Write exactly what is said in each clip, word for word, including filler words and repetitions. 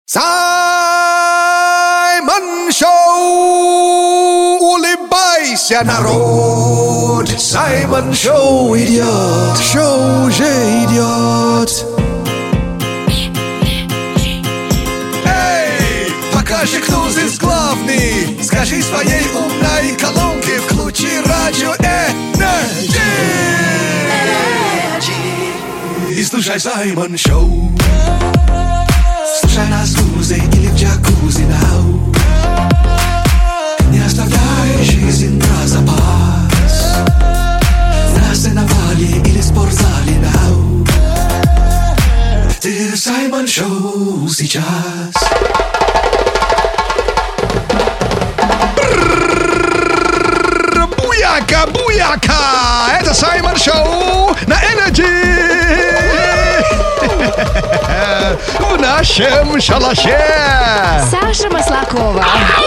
Саймон Шоу! Улыбайся, народ! Саймон Шоу идет! Шоу уже идет! Эй, покажи, кто здесь главный! Скажи своей умной колонке, включи радио Энерджи! И слушай Саймон Шоу! Слушай нас в лузе или в джакузи now. Не оставляй жизнь на запас. На сеновале или спортзале now. Ты в Саймон Шоу сейчас. Буяка, буяка! Это Саймон Шоу на Энерджи! В нашем шалаше Саша Маслакова.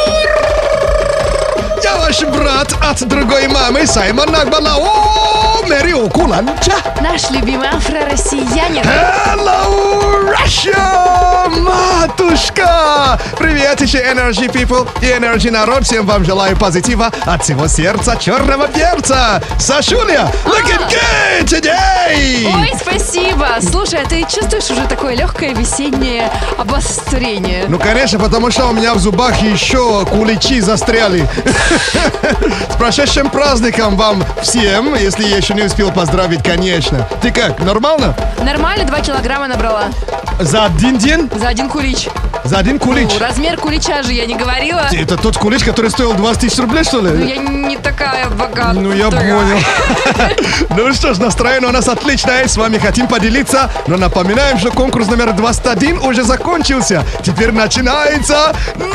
Я ваш брат от другой мамы Саймон Нагбалао Мэрио Куланча. Наш любимый афро-россиянин. Hello, Russia, матушка! Привет еще Energy People и Energy народ. Всем вам желаю позитива от всего сердца черного перца. Сашуля, looking good today! Ой, спасибо. Слушай, а ты чувствуешь уже такое легкое весеннее обострение? Ну, конечно, потому что у меня в зубах еще куличи застряли. С прошедшим праздником вам всем, если я еще не успел поздравить, конечно. Ты как, нормально? Нормально, два килограмма набрала. За один день? За один кулич. За один кулич? Ну, размер кулича же я не говорила. Это тот кулич, который стоил двадцать тысяч рублей, что ли? Ну, я не такая богатая. Ну, я понял. Ну что ж, настроение у нас отличное. С вами хотим поделиться. Но напоминаем, что конкурс номер двадцать один уже закончился. Теперь начинается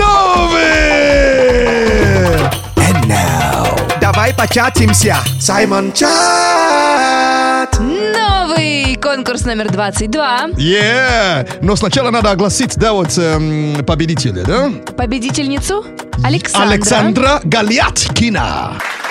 новый. And now. Давай початимся. Саймон Чат. Новый конкурс номер двадцать два. Yeah. Но сначала надо огласить, да, вот эм, победителя, да? Победительницу Александра. Александра Галяткина.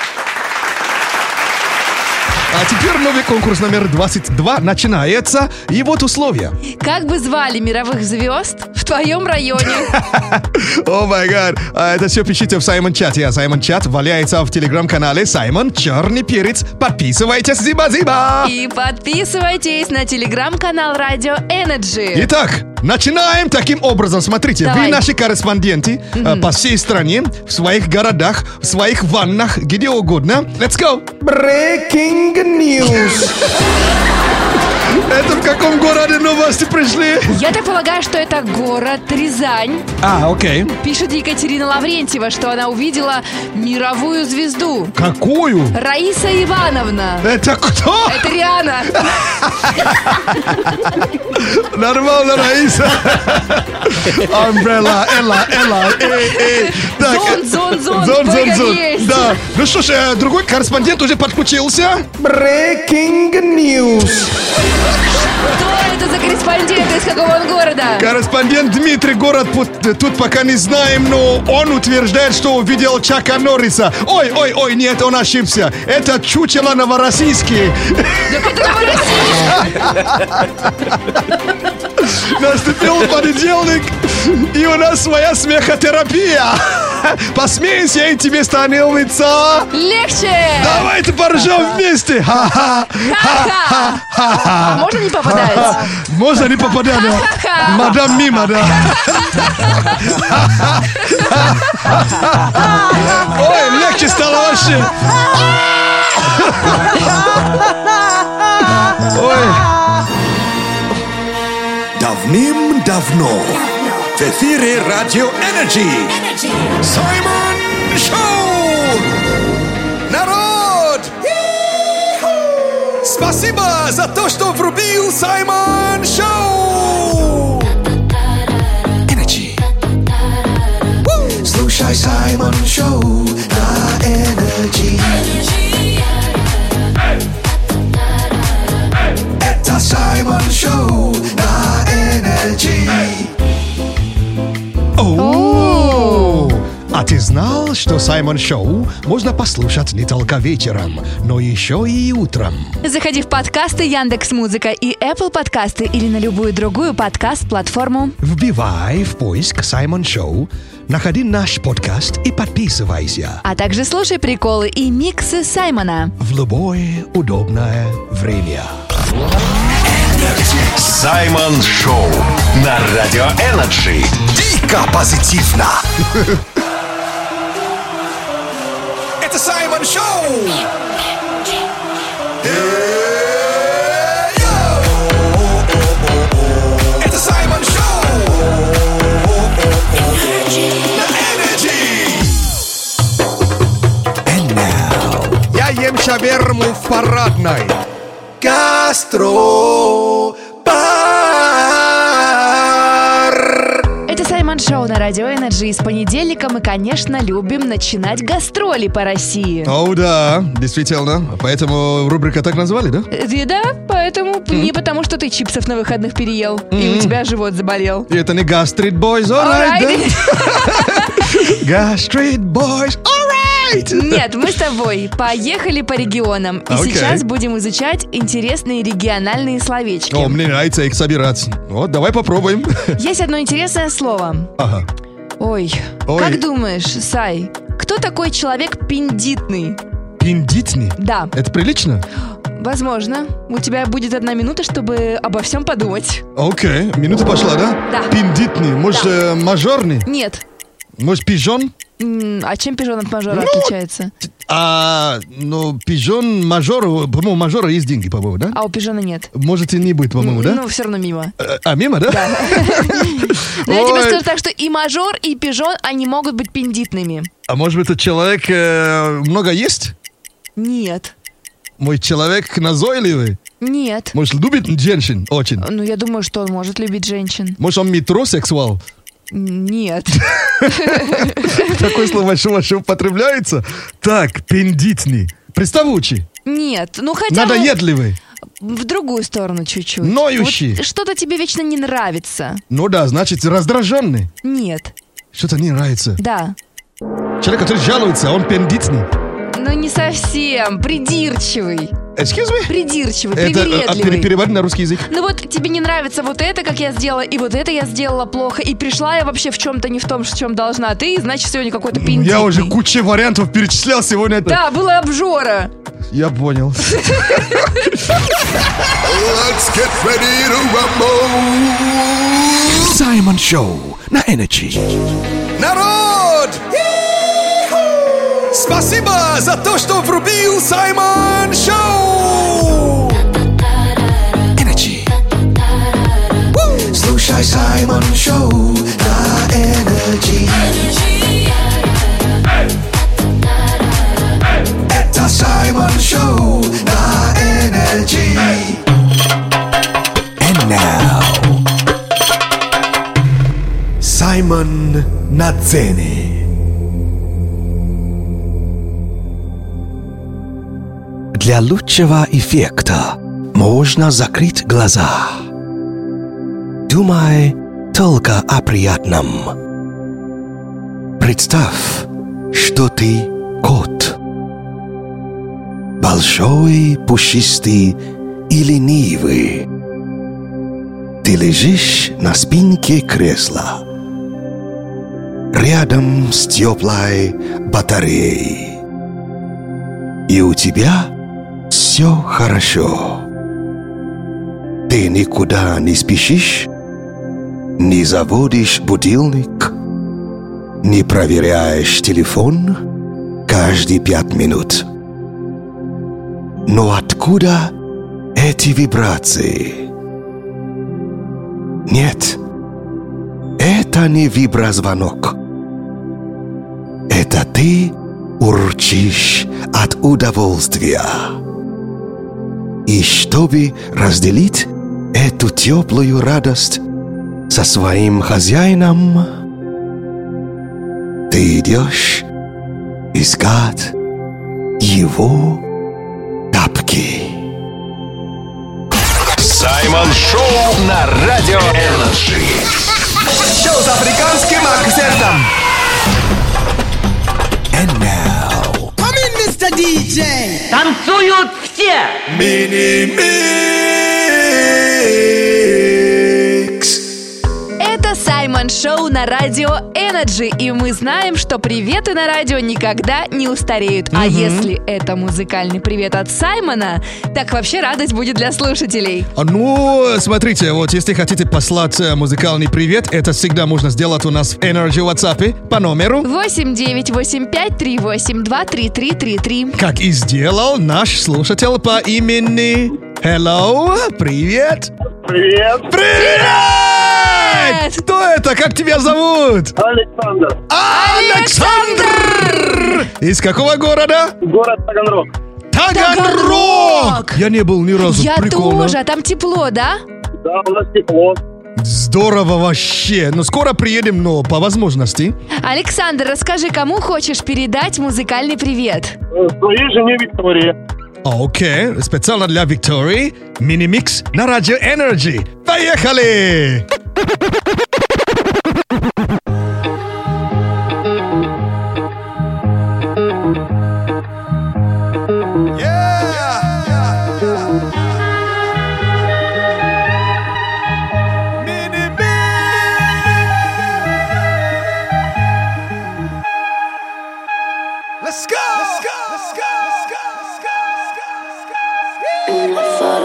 А теперь новый конкурс номер двадцать два начинается. И вот условия. Как бы звали мировых звезд в твоем районе? О май гад. Это все пишите в Саймон Чате. А Саймон Чат валяется в телеграм-канале Саймон Черный Перец. Подписывайтесь, зиба-зиба. И подписывайтесь на телеграм-канал Радио Энерджи. Итак, начинаем таким образом. Смотрите, Давай. вы наши корреспонденты mm-hmm. по всей стране, в своих городах, в своих ваннах, где угодно. Let's go. Breaking news. Это в каком городе новости пришли? Я так полагаю, что это город Рязань. А, окей. Пишет Екатерина Лаврентьева, что она увидела мировую звезду. Какую? Раиса Ивановна. Это кто? Это Риана. Нормально, Раиса. Umbrella, Элла, Элла, эй, эй. Так, Зон, зон, зон, зон, твой зон, как зон. есть. Да. Ну что ж, э, другой корреспондент уже подключился. Breaking news. Кто это за корреспондент? Из какого он города? Корреспондент Дмитрий, город тут, тут пока не знаем, но он утверждает, что увидел Чака Норриса. Ой, ой, ой, нет, он ошибся. Это чучело новороссийский. Так это Новороссийск. Наступил понедельник, и у нас своя смехотерапия. Посмейся, и тебе станет лица. Легче. Давайте поржем вместе. Ха-ха. Ха-ха. А можно не попадать? Можно не попадать, да. Мадам Мима, да. Ой, легче стало вообще. Ой. Давным-давно в эфире Радио Энерджи Саймон Шоу! Народ! Спасибо за то, что врубил Саймон Шоу! Энерджи! Слушай Саймон Шоу на Энерджи. Это Саймон Шоу на Энерджи. О, а ты знал, что Саймон Шоу можно послушать не только вечером, но еще и утром. Заходи в подкасты Яндекс.Музыка и Apple подкасты или на любую другую подкаст-платформу. Вбивай в поиск Саймон Шоу, находи наш подкаст и подписывайся. А также слушай приколы и миксы Саймона В любое удобное время. Саймон Шоу на Радио Энерджи. Дико позитивно. Это Саймон Шоу! Это Саймон Шоу! На Энерджи! Я ем шаверму в парадной. Гастро Это Саймон Шоу на Радио Энерджи. С понедельника мы, конечно, любим начинать гастроли по России. О, да, действительно. Поэтому рубрика так назвали, да? И да, поэтому mm. не потому, что ты чипсов на выходных переел, mm. и у тебя живот заболел. И это не Гастрит Бойз, alright, да? Гастрит Бойз, alright! Нет, мы с тобой поехали по регионам. И Okay. сейчас будем изучать интересные региональные словечки. О, мне нравится их собирать. Вот, давай попробуем. Есть одно интересное слово. Ага. Ой, Ой. как думаешь, Сай, кто такой человек пиндитный? Пиндитный? Да, Это прилично? возможно. У тебя будет одна минута, чтобы обо всем подумать. Окей, минута пошла, да? Да. Пиндитный, может, Да. э, мажорный? Нет. Может, пижон? М, А чем пижон от мажора Ну, отличается? А, ну, пижон, мажор, по-моему, у мажора есть деньги, по-моему, да? А у пижона нет. Может и не будет, по-моему, да? Ну, все равно мимо. Э, А, мимо, да? Да. Но я тебе Ой. скажу так, что и мажор, и пижон, они могут быть пиндитными. А может быть, этот человек э, много есть? Нет. Мой человек назойливый? Нет. Может, любит женщин очень? Ну, я думаю, что он может любить женщин. Может, он метросексуал? Нет. Такое слово еще употребляется? Так, пиндитный. Приставучий. Нет. Ну, хотя бы Надоедливый. в другую сторону чуть-чуть. Ноющий. Вот что-то тебе вечно не нравится. Ну да, значит, раздраженный. Нет. Что-то не нравится. Да. Человек, который жалуется, он пиндитный. Ну, не совсем. Придирчивый. Excuse me? Придирчивый, Это э, а, привередливый. пере- перевод на русский язык. Ну вот тебе не нравится вот это, как я сделала, и вот это я сделала плохо, и пришла я вообще в чем-то не в том, в чем должна. А ты, значит, сегодня какой-то пиндитный. Я уже кучу вариантов перечислял сегодня. Это... Да, было обжора. Я понял. Let's get ready to rumble. Саймон Шоу на Energy. Народ! Спасибо за то, что врубил Саймон Шоу! Energy. Слушай Саймон Шоу на Энерджи. Это Саймон Шоу на Энерджи. And now Саймон на сцене. Для лучшего эффекта можно закрыть глаза. Думай только о приятном. Представь, что ты кот. Большой, пушистый и ленивый. Ты лежишь на спинке кресла. Рядом с теплой батареей. И у тебя все хорошо. Ты никуда не спешишь, не заводишь будильник, не проверяешь телефон каждые пять минут. Но откуда эти вибрации? Нет, это не виброзвонок. Это ты урчишь от удовольствия. И чтобы разделить эту теплую радость со своим хозяином, ты идешь искать его тапки. Саймон Шоу на Радио Энерджи. Шоу с африканским акцентом. диджей! Танцуют все! Мини-микс. Это Саймон Шоу на Радио Энерджи, и мы знаем, что приветы на радио никогда не устареют. А если это музыкальный привет от Саймона, так вообще радость будет для слушателей. А, Ну, смотрите, вот если хотите послать э, музыкальный привет, это всегда можно сделать у нас в Energy WhatsApp по номеру, восемь девять восемь пять три восемь два три три три три. как и сделал наш слушатель по имени Hello. Привет. Привет, Привет! Кто это? Как тебя зовут? Александр, Александр! Из какого города? город Таганрог. Таганрог! Таганрог! Я не был ни разу. Я Прикольно. тоже, а там тепло, да? Да, у нас тепло. Здорово вообще. Ну, скоро приедем, но по возможности. Александр, расскажи, кому хочешь передать музыкальный привет? Э, Своей жене Виктории. Окей, специально для Виктории. Мини-микс на Радио Energy. Поехали! Let's go. Let's go. Let's go. Let's go. Let's go. Let's go.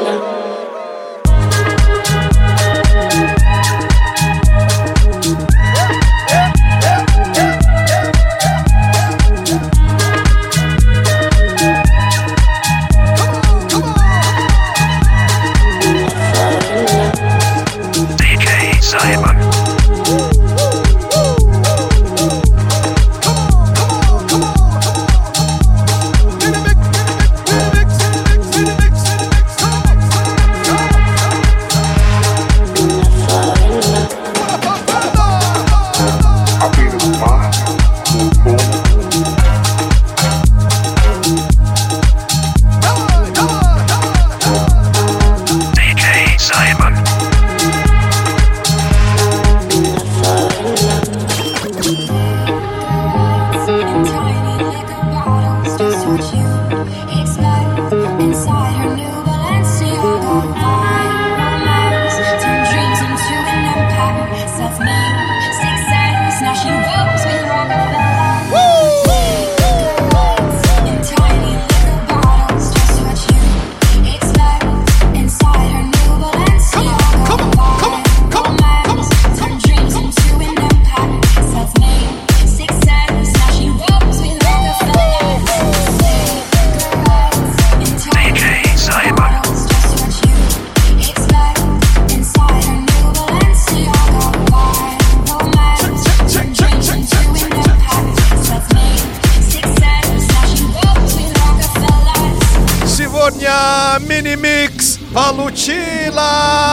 Сегодня мини-микс получила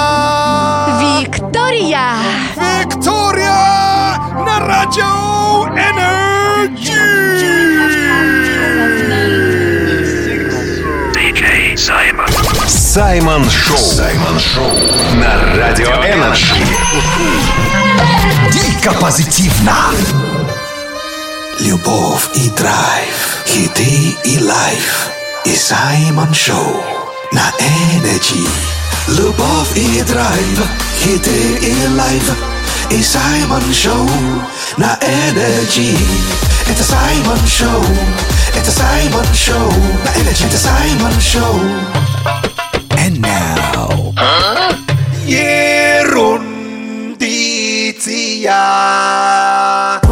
Виктория! Виктория на Радио Энерджи. диджей Саймон. Саймон Шоу. Саймон Шоу на Радио Энерджи. Дико позитивно. Любовь и драйв, хиты и лайф. И Саймон Шоу на Энерджи. Любовь и драйв, хиты и лайф. И Саймон Шоу на Энерджи. Это Саймон Шоу. Это Саймон Шоу на Энерджи. Это Саймон Шоу. And now Ерундиция.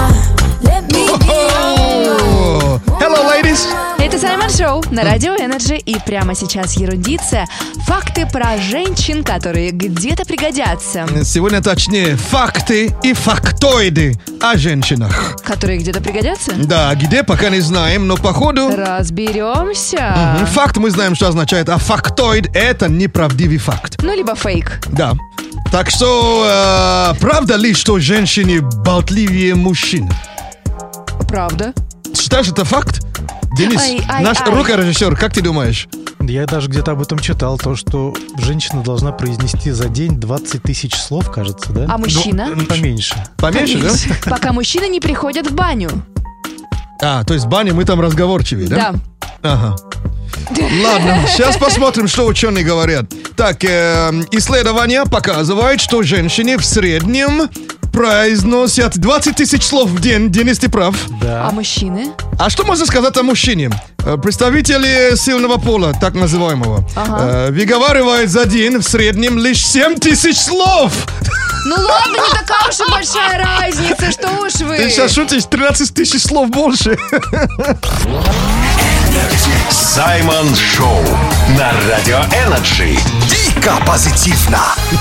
Hello, ladies! Это Саймон Шоу на Радио Энерджи, и прямо сейчас ерундиция. Факты про женщин, которые где-то пригодятся. Сегодня точнее факты и фактоиды о женщинах. Которые где-то пригодятся? Да, где пока не знаем, но походу... Разберемся. Мгм. Факт мы знаем, что означает, а фактоид — это неправдивый факт. Ну, либо фейк. Да. Так что, э, правда ли, что женщины болтливее мужчин? Правда. Считаешь, это факт? Денис, Ай, ай, наш ай. рукорежиссер, как ты думаешь? Я даже где-то об этом читал, то, что женщина должна произнести за день двадцать тысяч слов, кажется, да? А мужчина? Ну, поменьше. Поменьше, да? Пока мужчины не приходят в баню. А, то есть в бане мы там разговорчивее, да? Да. Ага. Ладно, сейчас посмотрим, что ученые говорят. Так, э, исследования показывают, что женщины в среднем произносят двадцать тысяч слов в день. Денис, ты прав. Да. А мужчины? А что можно сказать о мужчине? Э, Представители сильного пола, так называемого, Ага. э, выговаривают за день в среднем лишь семь тысяч слов. Ну ладно, не такая уж и большая разница, что уж вы. Ты сейчас шутишь, тринадцать тысяч слов больше. Саймон Шоу на Радио Энерджи. Дико позитивно.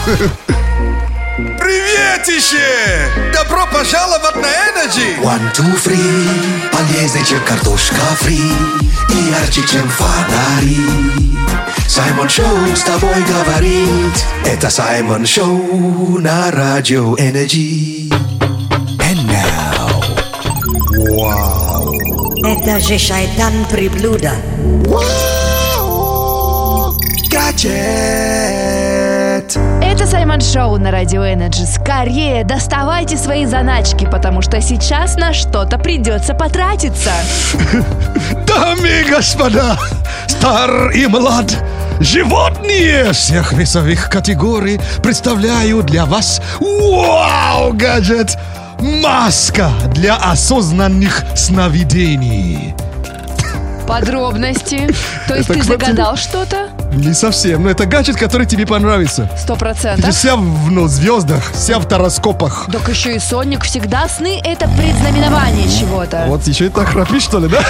Приветище! Добро пожаловать на Energy! One, two, three. Полезнее, чем картошка фри. И ярче, чем фонари. Саймон Шоу с тобой говорит. Это Саймон Шоу на Радио Энерджи. And now. Вау. Это же шайтан приблуда. Гаджет. Это Саймон Шоу на Радио Энерджи. Скорее доставайте свои заначки, потому что сейчас на что-то придется потратиться. Дамы и господа, стар и млад, животные всех весовых категорий представляю для вас вау, гаджет! Маска для осознанных сновидений. Подробности. То есть Это, ты кстати, загадал что-то? Не совсем, но это гаджет, который тебе понравится. Сто Ты процентов. вся в ну, звездах, вся в тароскопах. Так еще и сонник. Всегда сны — это предзнаменование чего-то. Вот еще и так храпишь, что ли, да?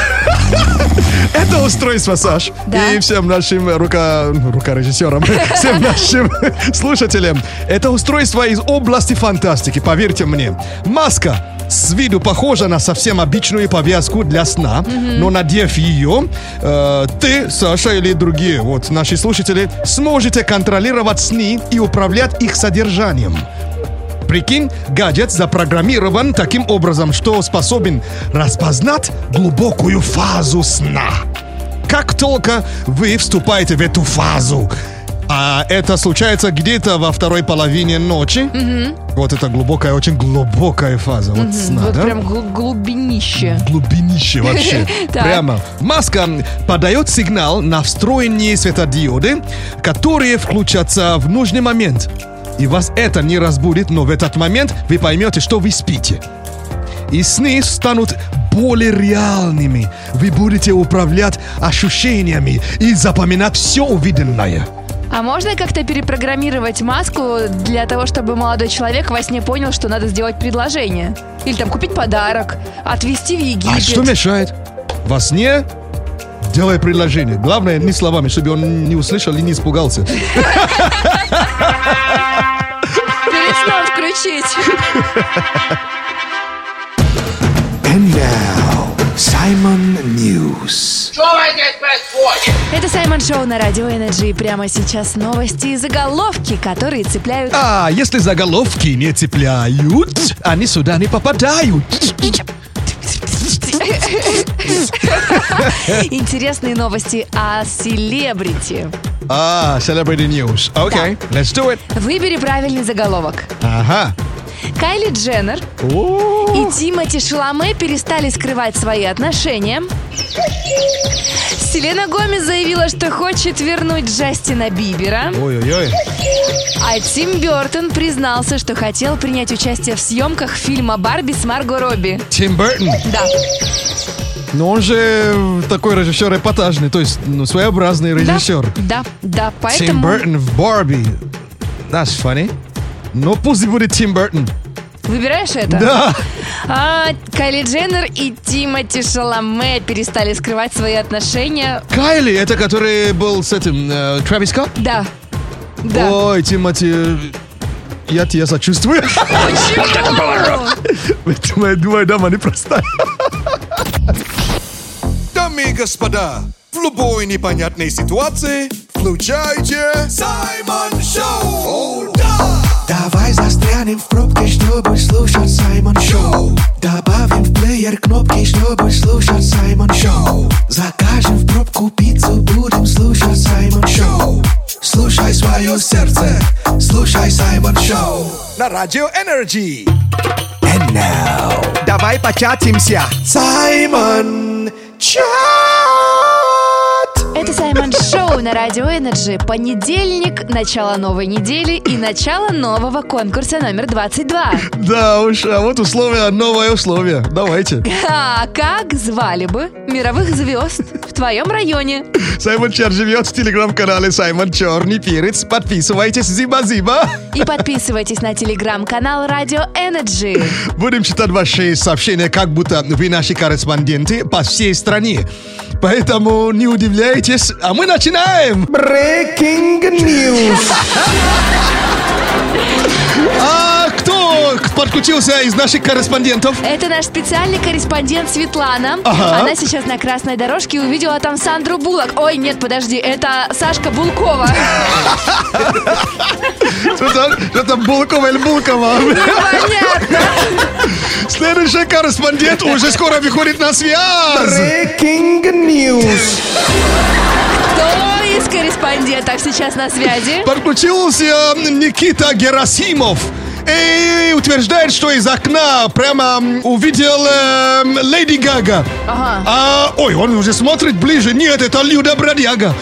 Это устройство, Саш. Да. И всем нашим рука... рукорежиссерам, всем нашим слушателям. Это устройство из области фантастики, поверьте мне. Маска с виду похожа на совсем обычную повязку для сна, но надев ее, э, ты, Саша или другие вот наши слушатели сможете контролировать сны и управлять их содержанием. Прикинь, гаджет запрограммирован таким образом, что способен распознать глубокую фазу сна. Как только вы вступаете в эту фазу, а это случается где-то во второй половине ночи, вот это глубокая, очень глубокая фаза вот сна, Вот да? прям гл- глубинище. Глубинище вообще. Так. Прямо. Маска подает сигнал на встроенные светодиоды, которые включатся в нужный момент. И вас это не разбудит, но в этот момент вы поймете, что вы спите. И сны станут более реальными. Вы будете управлять ощущениями и запоминать все увиденное. А можно как-то перепрограммировать маску для того, чтобы молодой человек во сне понял, что надо сделать предложение? Или там купить подарок, отвезти в Египет? А что мешает? Во сне делай предложение. Главное, не словами, чтобы он не услышал и не испугался. Перед сном включить. And now. Саймон Ньюс. Это Саймон Шоу на Радио Энерджи. И прямо сейчас новости и заголовки, которые цепляют... А если заголовки не цепляют, они сюда не попадают. Интересные новости о селебрити. А, Celebrity News. Окей, let's do it. Выбери правильный заголовок. Ага. Кайли Дженнер и Тимоти Шаломе перестали скрывать свои отношения. Селена Гомес заявила, что хочет вернуть Джастина Бибера. Ой-ой-ой. А Тим Бёртон признался, что хотел принять участие в съемках фильма «Барби» с Марго Робби. Тим Бертон. Да. Но он же такой режиссер эпатажный, то есть ну, своеобразный режиссер. Да, да, Тим поэтому... Бертон в Барби. That's funny. Но пусть будет Тим Бертон. Выбираешь это? Да. А, Кайли Дженнер и Тимоти Шаломе перестали скрывать свои отношения. Кайли, это который был с этим, э, Трэвис Скотт? Да. Да. Ой, Тимоти, я тебя сочувствую. Почему? Моя дама непростая. Дамы и господа, в любой непонятной ситуации включайте Саймон Шоу. Давай застрянем в пробке, чтобы слушать Саймон Шоу. Добавим в плеер кнопки, чтобы слушать Саймон Шоу. Закажем в пробку пиццу, будем слушать Саймон Шоу. Слушай свое сердце, слушай Саймон Шоу. На Радио Энерджи. And now. Давай початимся. Саймон Чат. Это Саймон Шоу на Радио Энерджи. Понедельник, начало новой недели и начало нового конкурса номер двадцать два. Да уж, а вот условия, новое условие. Давайте. А как звали бы мировых звезд в твоем районе? Саймон Чат живет в телеграм-канале Саймон Черный Перец. Подписывайтесь, зиба-зиба. И подписывайтесь на телеграм-канал Радио Энерджи. Будем читать ваши сообщения, как будто вы наши корреспонденты по всей стране. Поэтому не удивляйтесь, а мы начинаем! Breaking news! А кто подключился из наших корреспондентов? Это наш специальный корреспондент Светлана. Ага. Она сейчас на красной дорожке и увидела там Сандру Буллок. Ой, нет, подожди, это Сашка Булкова. Что-то Булкова или Булкова? Непонятно. Следующий корреспондент уже скоро выходит на связь. Breaking news. Кто из корреспондентов сейчас на связи? Подключился Никита Герасимов. И утверждает, что из окна прямо увидел э, Леди Гага. Ага. А, ой, он уже смотрит ближе. Нет, это Люда Бродяга.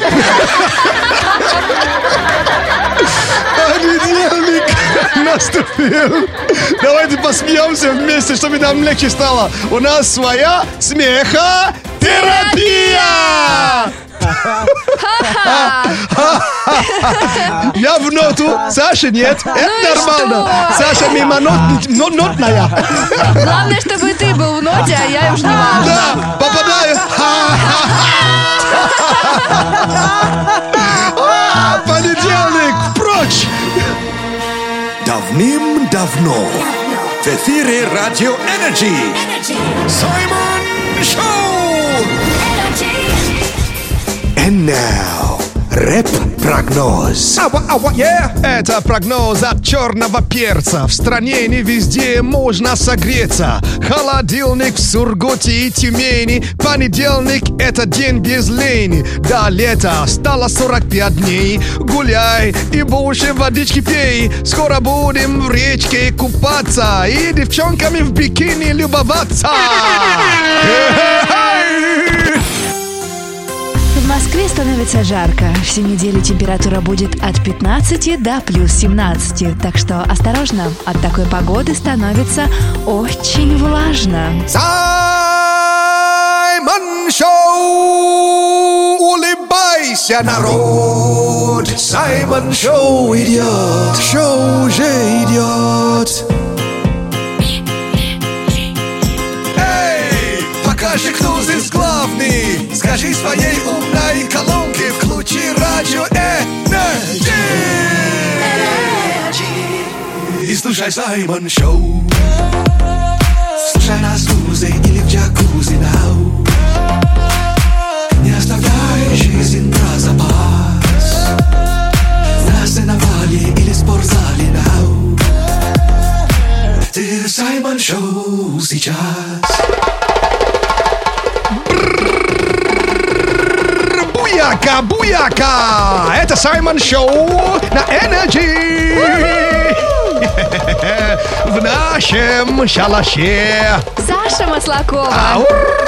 Понедельник наступил. Давайте посмеемся вместе, чтобы нам легче стало. У нас своя смехотерапия. Я в ноту, Саша нет. Это Ну и нормально. что? Саша мимо нот- но- нотная. Главное, чтобы ты был в ноте, а я уж не важно. Да, попадаю. А, Понедельник, прочь. Давным-давно в эфире Радио Энерджи Саймон Шоу. And now, рэп-прогноз. Это прогноз от черного перца. В стране не везде можно согреться. Холодильник в Сургуте и Тюмени. Понедельник — это день без лени. До лета стало сорок пять дней. Гуляй и больше водички пей. Скоро будем в речке купаться и девчонками в бикини любоваться. В Москве становится жарко. Всю неделю температура будет от пятнадцати до плюс семнадцати. Так что осторожно, от такой погоды становится очень влажно. Саймон Шоу! Улыбайся, народ! Саймон Шоу идет! Шоу уже идет! Эй, покажи, кто здесь главный! Скажи своей умной колонке, включи Радио Энерджи! И слушай Саймон Шоу! Слушай нас в узе или в джакузи нау. Не оставляй жизнь про запас. На сеновале или спортзале нау. Ты Саймон Шоу сейчас. Буяка, буяка! Это Саймон Шоу на Энерджи! В нашем шалаше. Саша Маслакова. Ау!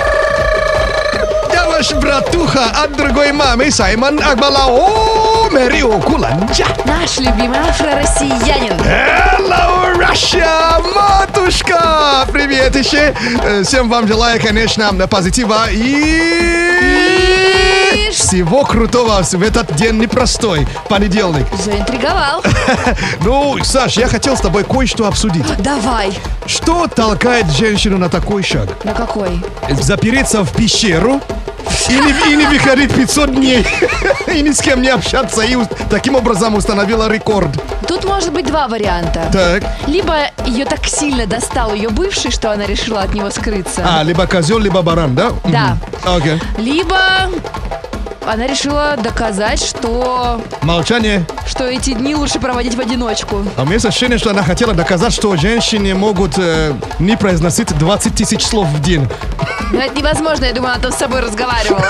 Я ваш братуха от другой мамы Саймон Агбалао Мэрио Куланджа. Наш любимый афро-россиянин. Hello, Russia, матушка! Привет еще! Всем вам желаю, конечно, позитива и... всего крутого в этот день непростой, понедельник. Заинтриговал. Ну, Саш, я хотел с тобой кое-что обсудить. Давай. Что толкает женщину на такой шаг? На какой? Запереться в пещеру и не, и не выходить пятьсот дней. И ни с кем не общаться. И таким образом установила рекорд. Тут может быть два варианта. Так. Либо ее так сильно достал ее бывший, что она решила от него скрыться. А, либо козел, либо баран, да? Да. Окей. Okay. Либо она решила доказать, что... Молчание. Что эти дни лучше проводить в одиночку. А у меня есть ощущение, что она хотела доказать, что женщины могут э, не произносить двадцать тысяч слов в день. Но это невозможно, я думаю, она там с собой разговаривала.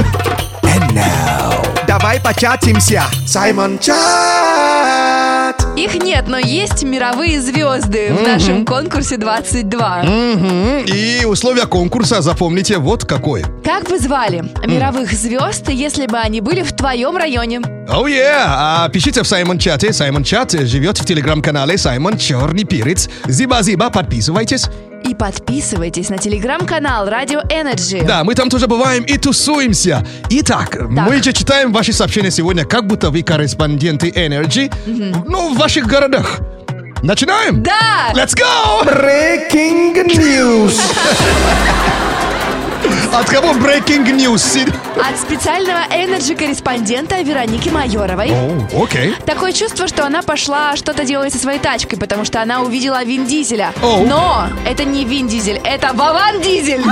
And now, давай початимся. Саймон Чат. Их нет, но есть мировые звезды в нашем конкурсе двадцать два. Мгм. И условия конкурса, запомните, вот какой. Как бы звали мировых звезд, если бы они были в твоем районе? Oh yeah! А, пишите в Саймон чате. Саймон чат живет в телеграм-канале Саймон Черный Перец. Зиба-зиба, подписывайтесь. И подписывайтесь на телеграм-канал Радио Energy. Да, мы там тоже бываем и тусуемся. Итак, мы же читаем ваши сообщения сегодня, как будто вы корреспонденты Energy, ну, в ваших городах. Начинаем? Да! Let's go! Breaking news! От кого breaking news? От специального Energy-корреспондента Вероники Майоровой. О, окей. Такое чувство, что она пошла что-то делать со своей тачкой, потому что она увидела Вин Дизеля. Оу. Но это не Вин Дизель, это Вован Дизель.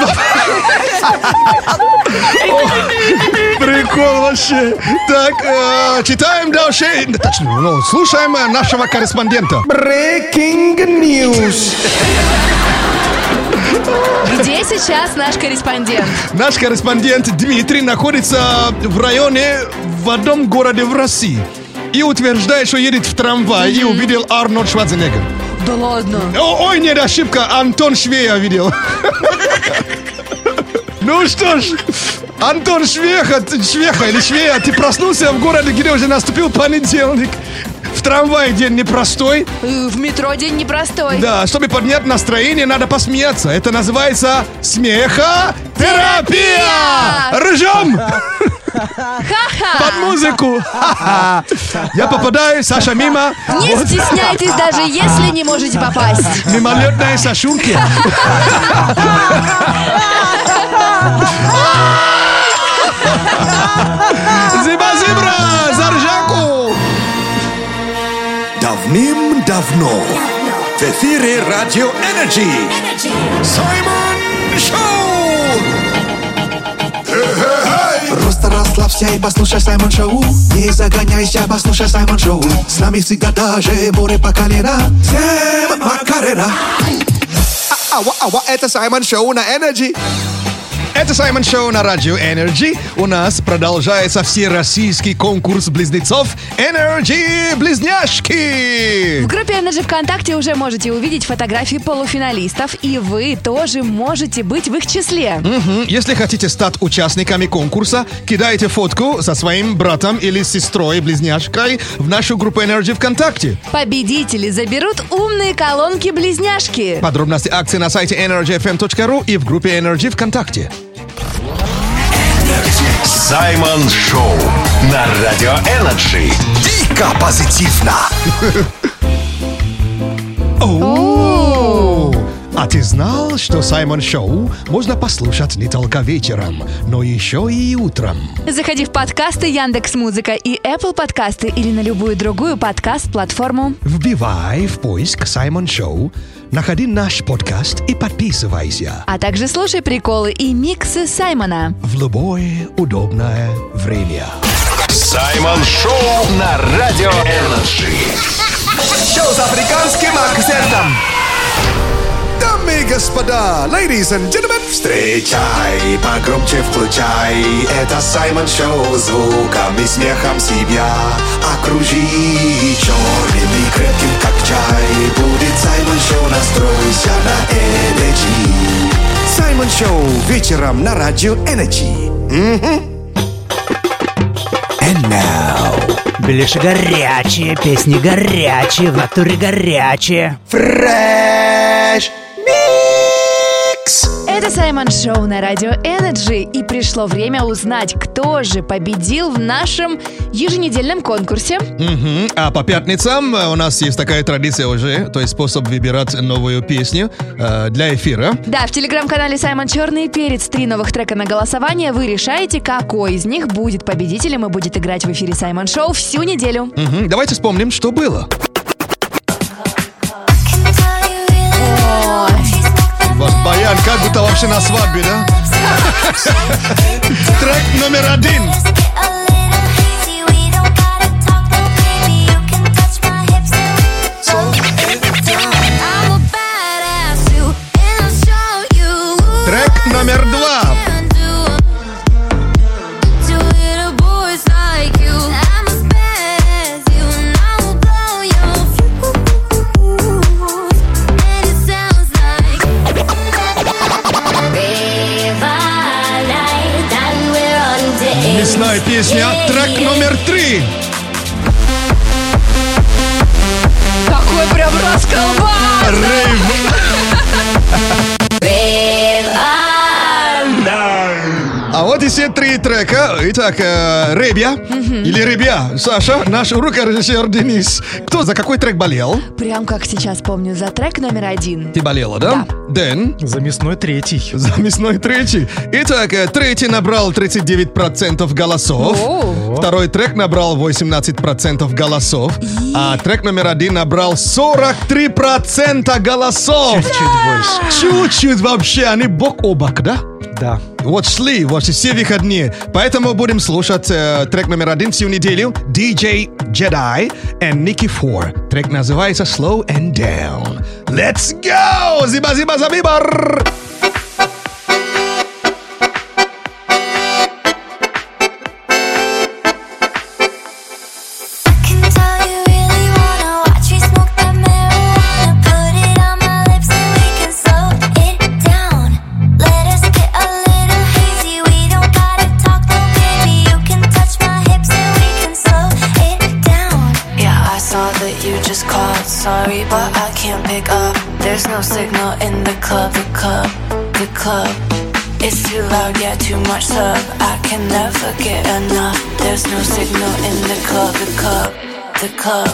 Прикол вообще. Так, э, читаем дальше. Точно, ну, слушаем э, нашего корреспондента. Breaking news. Где сейчас наш корреспондент? Наш корреспондент Дмитрий находится в районе в одном городе в России. И утверждает, что едет в трамвай и увидел Арнольд Шварценеггер. Да ладно. О, ой, нет, ошибка, Антон Швея видел. Ну что ж, Антон Швеха, Швеха или Швея, ты проснулся в городе, где уже наступил понедельник. В трамвае день непростой. В метро день непростой. Да, чтобы поднять настроение, надо посмеяться. Это называется смехотерапия. Ржем! Под музыку. Ха-ха. Я попадаю, Саша мимо. Не Вот. стесняйтесь, даже если не можете попасть. Мимолетные Сашунки. Зиба-зибра, за ржаку. Давным-давно в эфире Радио Energy Саймон Шоу! Просто расслабься и послушай Саймон Шоу. Не загоняйся, послушай Саймон Шоу. С нами всегда даже море по колено. Всем Макарена. Ау-ау, это Саймон Шоу на Energy. Это Саймон Шоу на Радио Energy. У нас продолжается всероссийский конкурс близнецов Energy Близняшки. В группе Energy ВКонтакте уже можете увидеть фотографии полуфиналистов, и вы тоже можете быть в их числе. Мгм. Если хотите стать участниками конкурса, кидайте фотку со своим братом или сестрой-близняшкой в нашу группу Energy ВКонтакте. Победители заберут умные колонки-близняшки. Подробности акции на сайте энерджи эф эм точка ру и в группе Energy ВКонтакте. Саймон Шоу на Радио Energy. Дико позитивно. О! А ты знал, что Саймон Шоу можно послушать не только вечером, но еще и утром? Заходи в подкасты Яндекс.Музыка и Apple подкасты или на любую другую подкаст-платформу. Вбивай в поиск Саймон Шоу, находи наш подкаст и подписывайся А также слушай приколы и миксы Саймона. в любое удобное время. Саймон Шоу на Радио Energy. Шоу с африканским акцентом. Дамы и господа, ladies and gentlemen, встречай, погромче включай. Это Саймон Шоу, звуком и смехом себя окружи. Черным и крепким, как чай, будет Саймон Шоу, настройся на Energy. Саймон Шоу вечером на Радио Energy. And now, Беляши горячие, песни горячие, в натуре горячие. Fresh Mix. Это Саймон Шоу на Радио Energy, и пришло время узнать, кто же победил в нашем еженедельном конкурсе. Мгм. А по пятницам э, у нас есть такая традиция уже, то есть способ выбирать новую песню э, для эфира. Да, в телеграм-канале Саймон Черный Перец три новых трека на голосование. Вы решаете, какой из них будет победителем и будет играть в эфире Саймон Шоу всю неделю. Мгм. Давайте вспомним, что было. Ваш баян как будто вообще на свадьбе, да? Трек номер один. Трек номер два. Джедай песня, трек номер три. Какой прям расколбас! Рейв. А вот и все три трека. Итак, э, Ребя или Ребя. Саша, наш рукорежиссер Денис. Кто за какой трек болел? Прям как сейчас помню, за трек номер один. Ты болела, да? Дэн? За мясной третий. За мясной третий. Итак, э, третий набрал тридцать девять процентов голосов. О. Второй трек набрал восемнадцать процентов голосов. А трек номер один набрал сорок три процента голосов. Чуть-чуть больше. Чуть-чуть вообще. Они бок о бок, да? Да. Вот шли вот все выходные. Поэтому будем слушать э, трек номер один всю неделю. ди джей Jedi и Nicky Four. Трек называется Slow and Down. Let's go! Зиба-зиба-забибар! Sorry, but I can't pick up. There's no signal in the club, the club, the club. It's too loud, yeah, too much sub. I can never get enough. There's no signal in the club, the club, the club.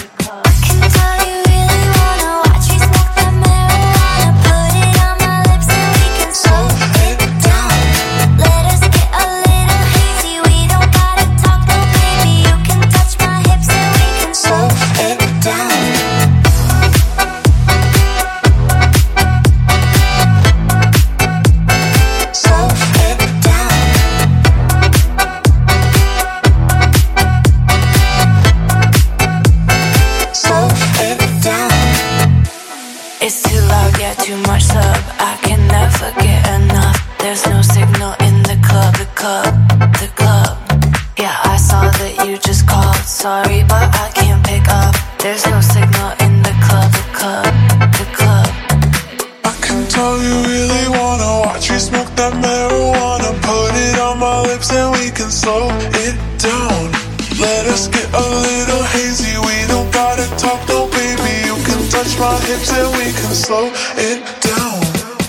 Sorry, but I can't pick up. There's no signal in the club, the club, the club. I can tell you really wanna watch me smoke that marijuana. Put it on my lips and we can slow it down. Let us get a little hazy. We don't gotta talk, no baby. You can touch my hips and we can slow it down.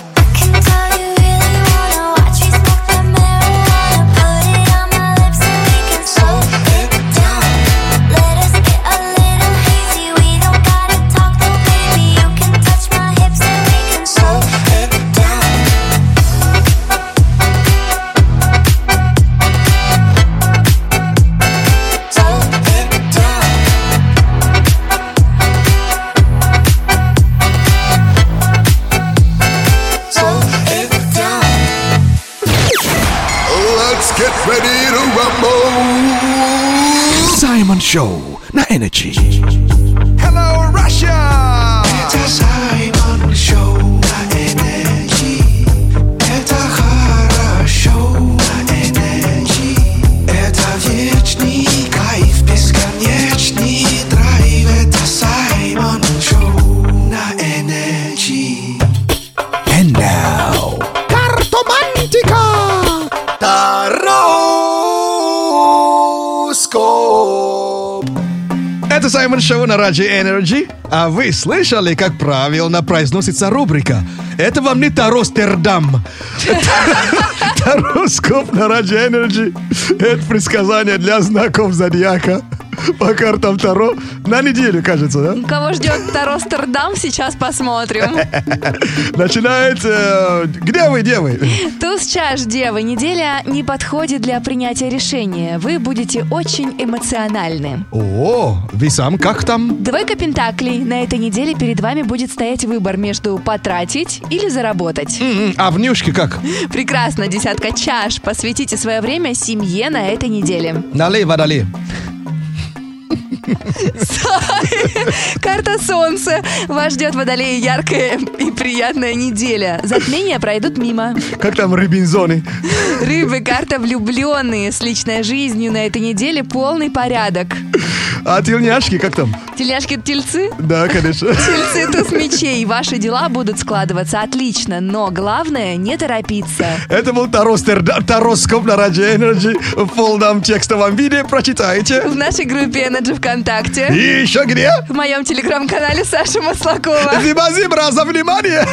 Саймон Шоу на Energy. Hello, Russia! Это Саймон Шоу на Energy. Это хорошо на Energy. Это вечный кайф, бесконечный драйв. Это Саймон Шоу на Energy. And now, Картомантика! Тароскоп! Это Саймон Шоу на Радио Energy. А вы слышали, как правильно произносится рубрика? Это вам не Таростердам. Тароскоп на Радио Energy. Это предсказание для знаков зодиака по картам Таро на неделю, кажется, да? Кого ждет Таростердам, сейчас посмотрим. Начинает... Э, где вы, девы? Туз чаш, девы. Неделя не подходит для принятия решения. Вы будете очень эмоциональны. О, весам как там? Двойка пентаклей. На этой неделе перед вами будет стоять выбор между потратить или заработать. М-м, а внюшки как? Прекрасно. Десятка чаш. Посвятите свое время семье на этой неделе. Налей, водолей. Карта Солнца. Вас ждет, водолеи, яркая и приятная неделя. Затмения пройдут мимо. Как там Рыбинзоны? Рыбы, карта влюбленные. С личной жизнью на этой неделе полный порядок. А тельняшки как там? Тельняшки — тельцы? Да, конечно. Тельцы — туз мечей. Ваши дела будут складываться отлично, но главное — не торопиться. Это был Таростер, Тароскоп на Радио Energy. В полном текстовом виде прочитайте. В нашей группе Energy ВКонтакте. И еще где? В моем телеграм-канале Саша Маслакова. Зиба-зибра за внимание.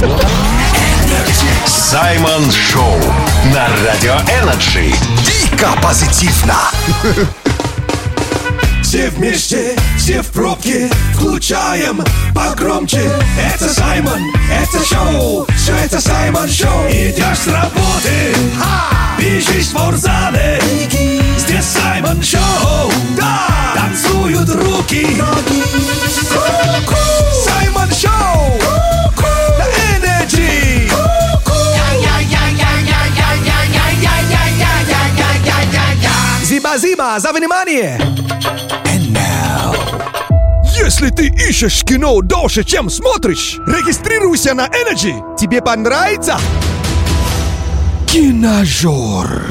Саймон Шоу на Радио Energy. Дико позитивно. Все вместе, все в пробке, включаем погромче. Это Саймон, это шоу, все это Саймон Шоу. Идешь с работы, бежишь в спортзале, здесь Саймон Шоу. Да, танцуют руки. Саймон Шоу на Energy. Зиба-зиба за внимание. Если ты ищешь кино дольше, чем смотришь, регистрируйся на Energy. Тебе понравится? Киножор.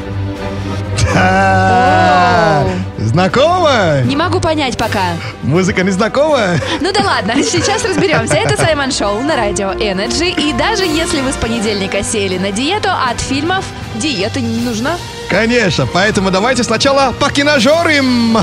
Знакомо? Не могу понять пока. Музыка не знакомая? Ну да ладно, сейчас разберемся. Это Саймон Шоу на Радио Energy. И даже если вы с понедельника сели на диету, от фильмов диета не нужна. Конечно, поэтому давайте сначала покиножорим.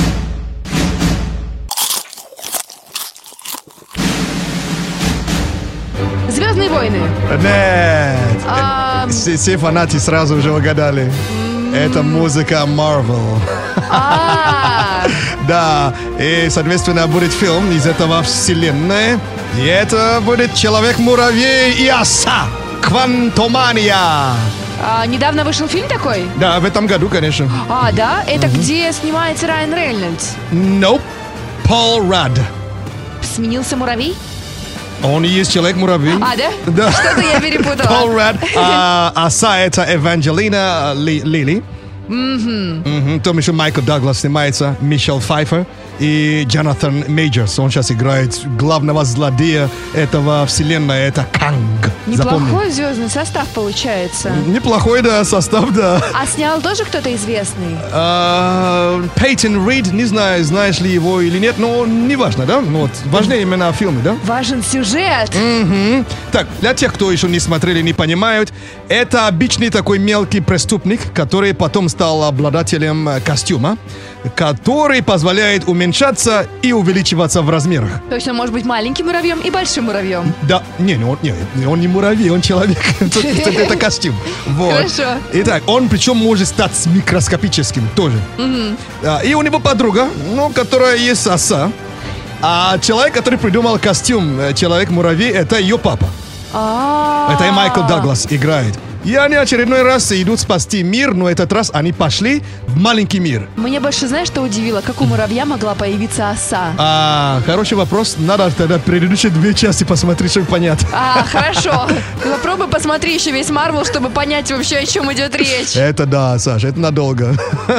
«Звездные войны». Нет. А... Все, все фанаты сразу уже угадали. Это музыка Marvel. А. Да, и, соответственно, будет фильм из этого вселенной. И это будет «Человек-муравей и оса». Квантомания. А, недавно вышел фильм такой? Да, в этом году, конечно. А, да? Это где снимается Райан Рейнольдс? Nope. Пол Рад. Сменился муравей? Он и есть Человек-муравей. А, да? Да. Что-то я перепутала. Пол Рад. А оса это Эванджелина Ли, Лили. Mm-hmm. Mm-hmm. Там еще Майкл Даглас снимается, Мишель Пфайфер и Джонатан Мейджорс. Он сейчас играет главного злодея этого вселенной. Это Канг. Неплохой Запомни. звездный состав получается. Неплохой, да, состав, да. А снял тоже кто-то известный? Uh, Пейтон Рид, не знаю, знаешь ли его или нет, но не важно, да? Вот, важнее именно фильмы, да? Важен сюжет. Mm-hmm. Так, для тех, кто еще не смотрели, не понимают, это обычный такой мелкий преступник, который потом стал обладателем костюма, который позволяет уменьшаться и увеличиваться в размерах. То есть он может быть маленьким муравьем и большим муравьем. Да, не, не, он, не, он не муравей, он человек. Это костюм. Хорошо. Итак, он причем может стать микроскопическим тоже. И у него подруга, ну, которая есть оса. А человек, который придумал костюм Человек-муравей, это ее папа. Это и Майкл Даглас играет. И они очередной раз идут спасти мир, но этот раз они пошли в маленький мир. Мне больше, знаешь, что удивило? Как у муравья могла появиться оса? А, хороший вопрос. Надо тогда предыдущие две части посмотреть, чтобы понять. А, хорошо. Попробуй посмотри еще весь Марвел, чтобы понять вообще, о чем идет речь. Это да, Саша, это надолго.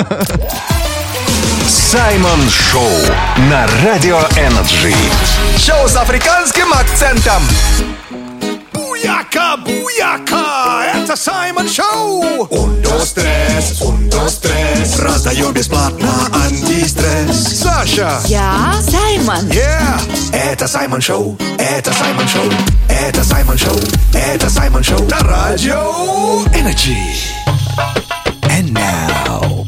Саймон Шоу на Радио Energy. Шоу с африканским акцентом. Буяка, буяка, это Саймон Шоу. Un, dos, tres, un, dos, tres. Раздаем бесплатно антистресс. Саша. Я Саймон. Yeah. Это Саймон Шоу, это Саймон Шоу, это Саймон Шоу, это Саймон Шоу. На Радио Energy. And now.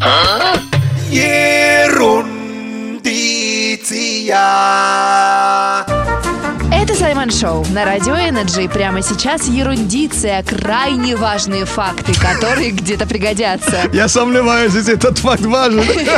Ерундиция. Это Саймон Шоу на Радио Energy. Прямо сейчас ерундиция, крайне важные факты, которые где-то пригодятся. Я сомневаюсь, если этот факт важен.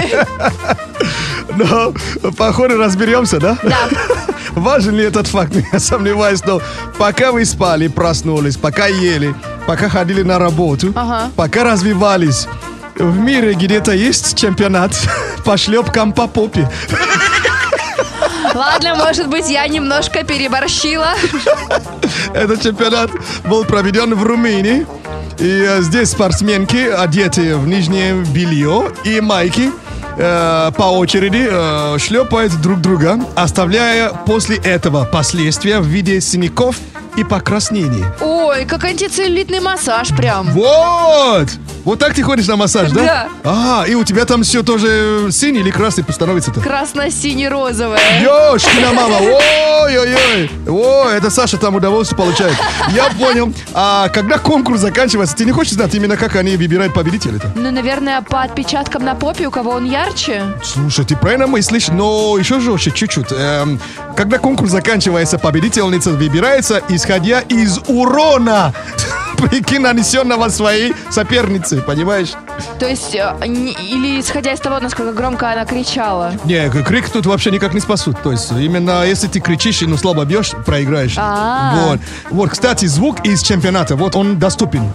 Но, походу, разберемся, да? Да. Важен ли этот факт? Я сомневаюсь, но пока вы спали, проснулись, пока ели, пока ходили на работу, ага. пока развивались, в мире где-то есть чемпионат по шлепкам по попе. Ладно, может быть, я немножко переборщила. Этот чемпионат был проведен в Румынии. И здесь спортсменки, одеты в нижнее белье и майки, э, по очереди э, шлепают друг друга, оставляя после этого последствия в виде синяков и покраснений. Ой, как антицеллюлитный массаж прям. Вот! Вот так ты ходишь на массаж, да? Да. А, и у тебя там все тоже синий или красный становится-то? Красно-сине-розовое. Ёшкина мама, ой-ой-ой. О, это Саша там удовольствие получает. Я понял. А когда конкурс заканчивается, ты не хочешь знать именно, как они выбирают победителей-то? Ну, наверное, по отпечаткам на попе, у кого он ярче. Слушай, ты правильно мыслишь, но еще жестче чуть-чуть. Эм, когда конкурс заканчивается, победительница выбирается, исходя из урона, прикинь, нанесенного своей сопернице, понимаешь? То есть, э, не- или исходя из того, насколько громко она кричала. Не, крик тут вообще никак не спасут. То есть, именно если ты кричишь и ну слабо бьешь, проиграешь. А-а-а. Вот. Вот, кстати, звук из чемпионата, вот он доступен.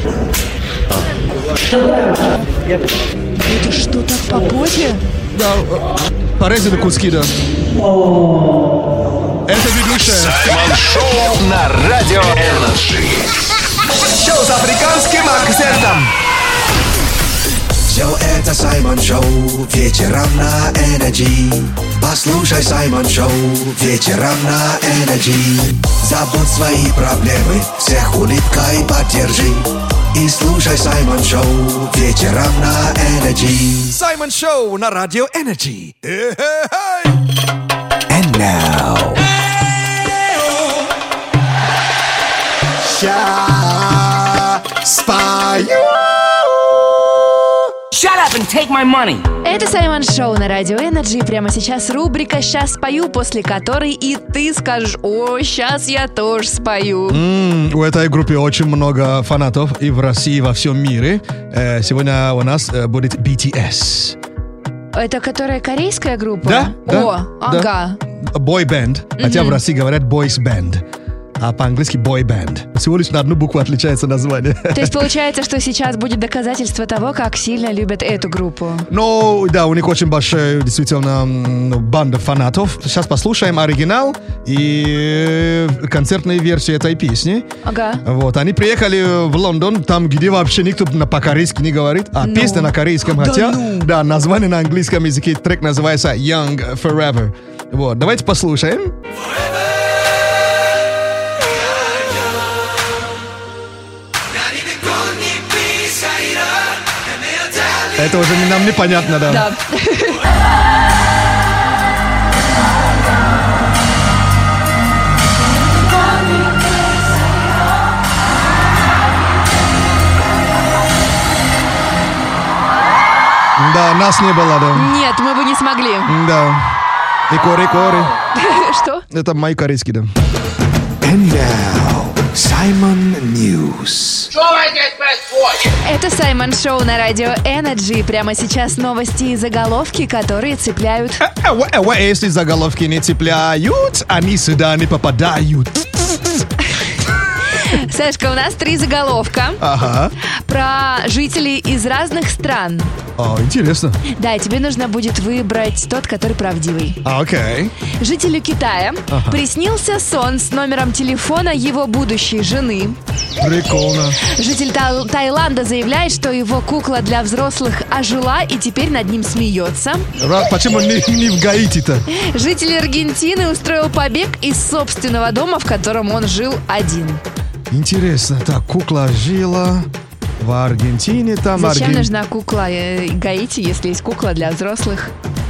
Это что, так по попе? Да, порезаны куски, да. Это ведущая. Саймон Шоу на Радио Энерджи. Шоу с африканским акцентом. Все это Саймон Шоу вечером на Energy. Послушай Саймон Шоу вечером на Energy. Забудь свои проблемы, всех улыбкой поддержи. И слушай Саймон Шоу вечером на Energy. Саймон Шоу на Радио Energy. And now. Ща спою. Shut up and take my money. Это Саймон Шоу на Радио Энерджи. Прямо сейчас рубрика «Щас спою», после которой и ты скажешь: «О, сейчас я тоже спою». М, У этой группы очень много фанатов и в России, и во всем мире. Э, Сегодня у нас э, будет би ти эс. Это которая корейская группа? Да, да, О, ага. Бой-бенд, хотя в России говорят boys band, а по-английски boy band. Всего лишь на одну букву отличается название. То есть получается, что сейчас будет доказательство того, как сильно любят эту группу. Ну, да, у них очень большая, действительно, м, банда фанатов. Сейчас послушаем оригинал и э, концертные версии этой песни. Ага. Вот, они приехали в Лондон, там, где вообще никто на- по-корейски не говорит, а Ну. песня на корейском, Да хотя, ну. да, название на английском языке, трек называется Young Forever. Вот, давайте послушаем. Это уже не- нам непонятно, да? Да. Да, нас не было, да. Нет, мы бы не смогли. Да. И кори-кори. Что? Это мои корейские, да. And now, Simon News. Это Саймон Шоу на Радио Энерджи. Прямо сейчас новости и заголовки, которые цепляют. Э, э, э, Если заголовки не цепляют, они сюда не попадают. Сашка, у нас три заголовка Ага. про жителей из разных стран. О, интересно. Да, и тебе нужно будет выбрать тот, который правдивый. А, Окей. Жителю Китая Ага. приснился сон с номером телефона его будущей жены. Прикольно. Житель Та- Таиланда заявляет, что его кукла для взрослых ожила и теперь над ним смеется. Ра- Почему не, не в Гаити-то? Житель Аргентины устроил побег из собственного дома, в котором он жил один. Интересно. Так, кукла жила в Аргентине, там... Зачем Арген- нужна кукла э, Гаити, если есть кукла для взрослых?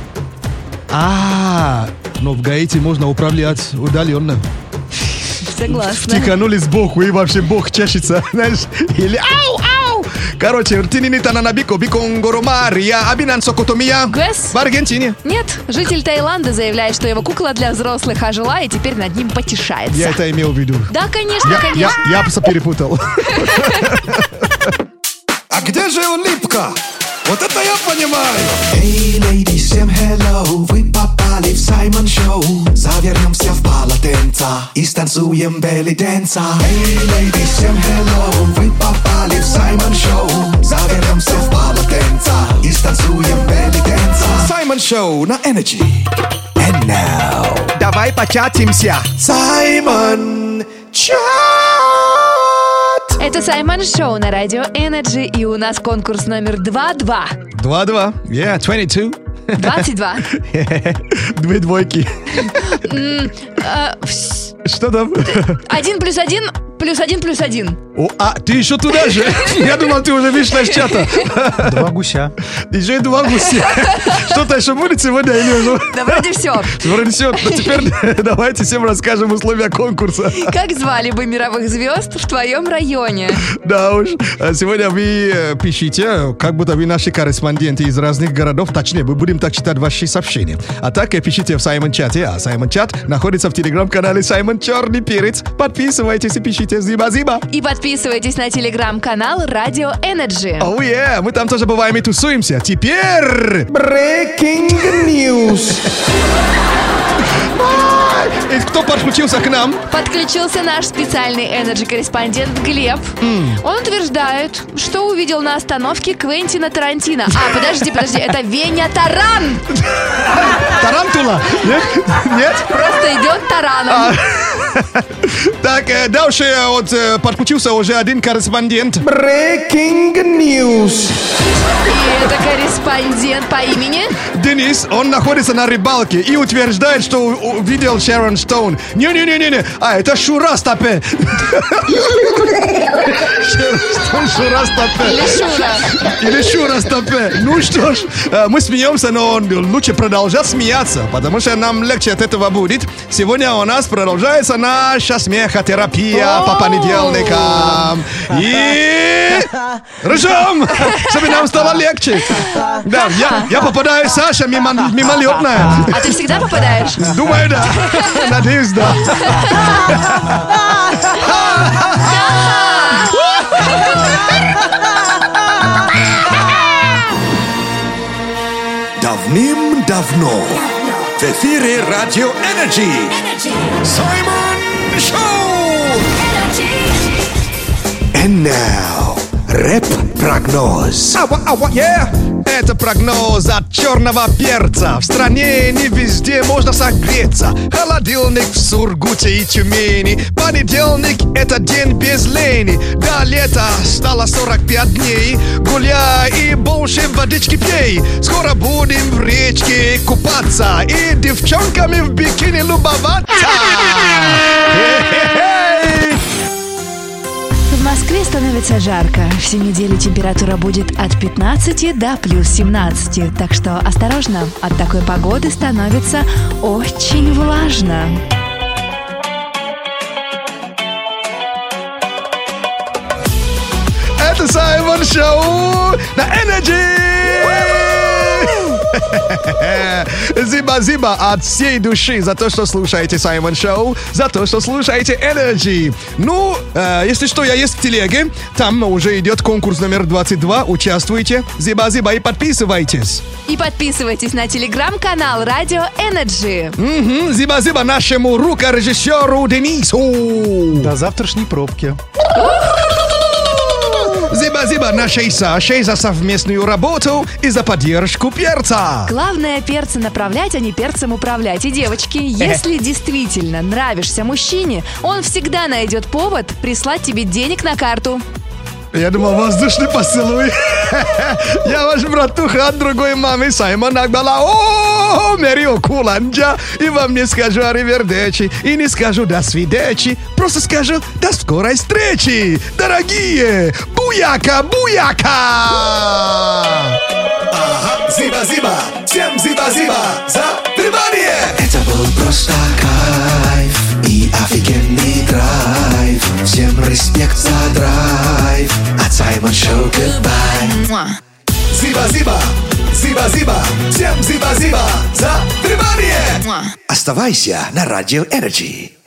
А, но в Гаити можно управлять удаленно. Согласна. Втиканули сбоку, и вообще бог чешется, знаешь, или ау, ау. Короче, ртининита на набико, биконгоро Мария, абинан сокотомия. Гэс? В Аргентине. Нет, житель Таиланда заявляет, что его кукла для взрослых ожила и теперь над ним потешается. Я это имел в виду. Да, конечно, Я, я, конечно. я просто перепутал. А где же улыбка? Вот это я понимаю. Эй, леди, всем hello. Вы попали в Саймон Шоу. Завернемся в полотенца и станцуем белли дэнса. Эй, леди, всем hello. Вы попали в Саймон Шоу. Завернемся в полотенца и станцуем белли дэнса. Саймон Шоу на Energy. And now. Давай початимся. Саймон Чат. Это Саймон Шоу на Радио Энерджи, и у нас конкурс номер два-два. Два-два. Yeah, двадцать два. двадцать два. Две двойки. М, э, вс- Что там? Один плюс один плюс один плюс один. О, а, ты еще туда же? Я думал, ты уже вышла из чата. Два гуся. Еще и два гуся. Что-то еще будет сегодня или уже? Да вроде все. Вроде все. Но теперь давайте всем расскажем условия конкурса. Как звали бы мировых звезд в твоем районе? Да уж. Сегодня вы пишите, как будто вы наши корреспонденты из разных городов. Точнее, мы будем так читать ваши сообщения. А так пишите в Саймон чате. А Саймон чат находится в телеграм-канале Саймон Черный Перец. Подписывайтесь и пишите зиба-зиба. И подписывайтесь на телеграм-канал Радио Energy. Оу, oh, yeah. Мы там тоже бываем и тусуемся. Теперь... Breaking News. И кто подключился к нам? Подключился наш специальный Energy-корреспондент Глеб. Mm. Он утверждает, что увидел на остановке Квентина Тарантино. А, подожди, подожди, это Веня Таран. Тарантула? Нет? Нет? Просто идет тараном. Так, дальше вот подключился уже один корреспондент. Breaking News. И это корреспондент по имени? Денис, он находится на рыбалке и утверждает, что увидел Шерон Стоун. Не-не-не-не, а это Шура Стапе. Шерон Стоун, Шура Стапе. Или Шура. Или Шура Стапе. Ну что ж, мы смеемся, но лучше продолжать смеяться, потому что нам легче от этого будет. Сегодня у нас продолжается наша смехотерапия по понедельникам. И ржем, чтобы нам стало легче. Да, я, я попадаю, Саша, мимо, мимолетная. А ты всегда попадаешь? Думаю, да. Надеюсь, да. Давным-давно в эфире Радио Energy Саймон Шоу. And now рэп-прогноз. Ава, ава, yeah. Это прогноз от черного перца. В стране не везде можно согреться. Холодильник в Сургуте и Тюмени. Понедельник — это день без лени. До лета стало сорок пять дней. Гуляй и больше водички пей. Скоро будем в речке купаться и девчонками в бикини любоваться. В Москве становится жарко. Всю неделю температура будет от пятнадцати до плюс семнадцати. Так что осторожно, от такой погоды становится очень влажно. Это Саймон Шоу на Energy! Зиба-зиба от всей души за то, что слушаете Саймон Шоу, за то, что слушаете Energy. Ну, э, если что, я есть в телеге. Там уже идет конкурс номер двадцать два. Участвуйте. Зиба-зиба и подписывайтесь. И подписывайтесь на телеграм-канал Радио Energy. Угу. Зиба-зиба нашему рукорежиссеру Денису. До завтрашней пробки. Зиба-зиба нашей Сашей за совместную работу и за поддержку перца. Главное перца направлять, а не перцем управлять. И, девочки, если действительно нравишься мужчине, он всегда найдет повод прислать тебе денег на карту. Я думал, воздушный поцелуй. Я ваш братуха от другой мамы Саймон Акбала. О, Мерио Куланджа. И вам не скажу аривердечи. И не скажу до свидечи. Просто скажу до скорой встречи. Дорогие, буяка, буяка. Ага, зиба-зиба. Всем зиба-зиба за внимание. Это был просто кайф и офигенный драйв. Всем респект за драйв. От Саймон Шоу goodbye. Зиба-зиба, зиба-зиба. Всем зиба-зиба за внимание. Оставайся на Радио Energy.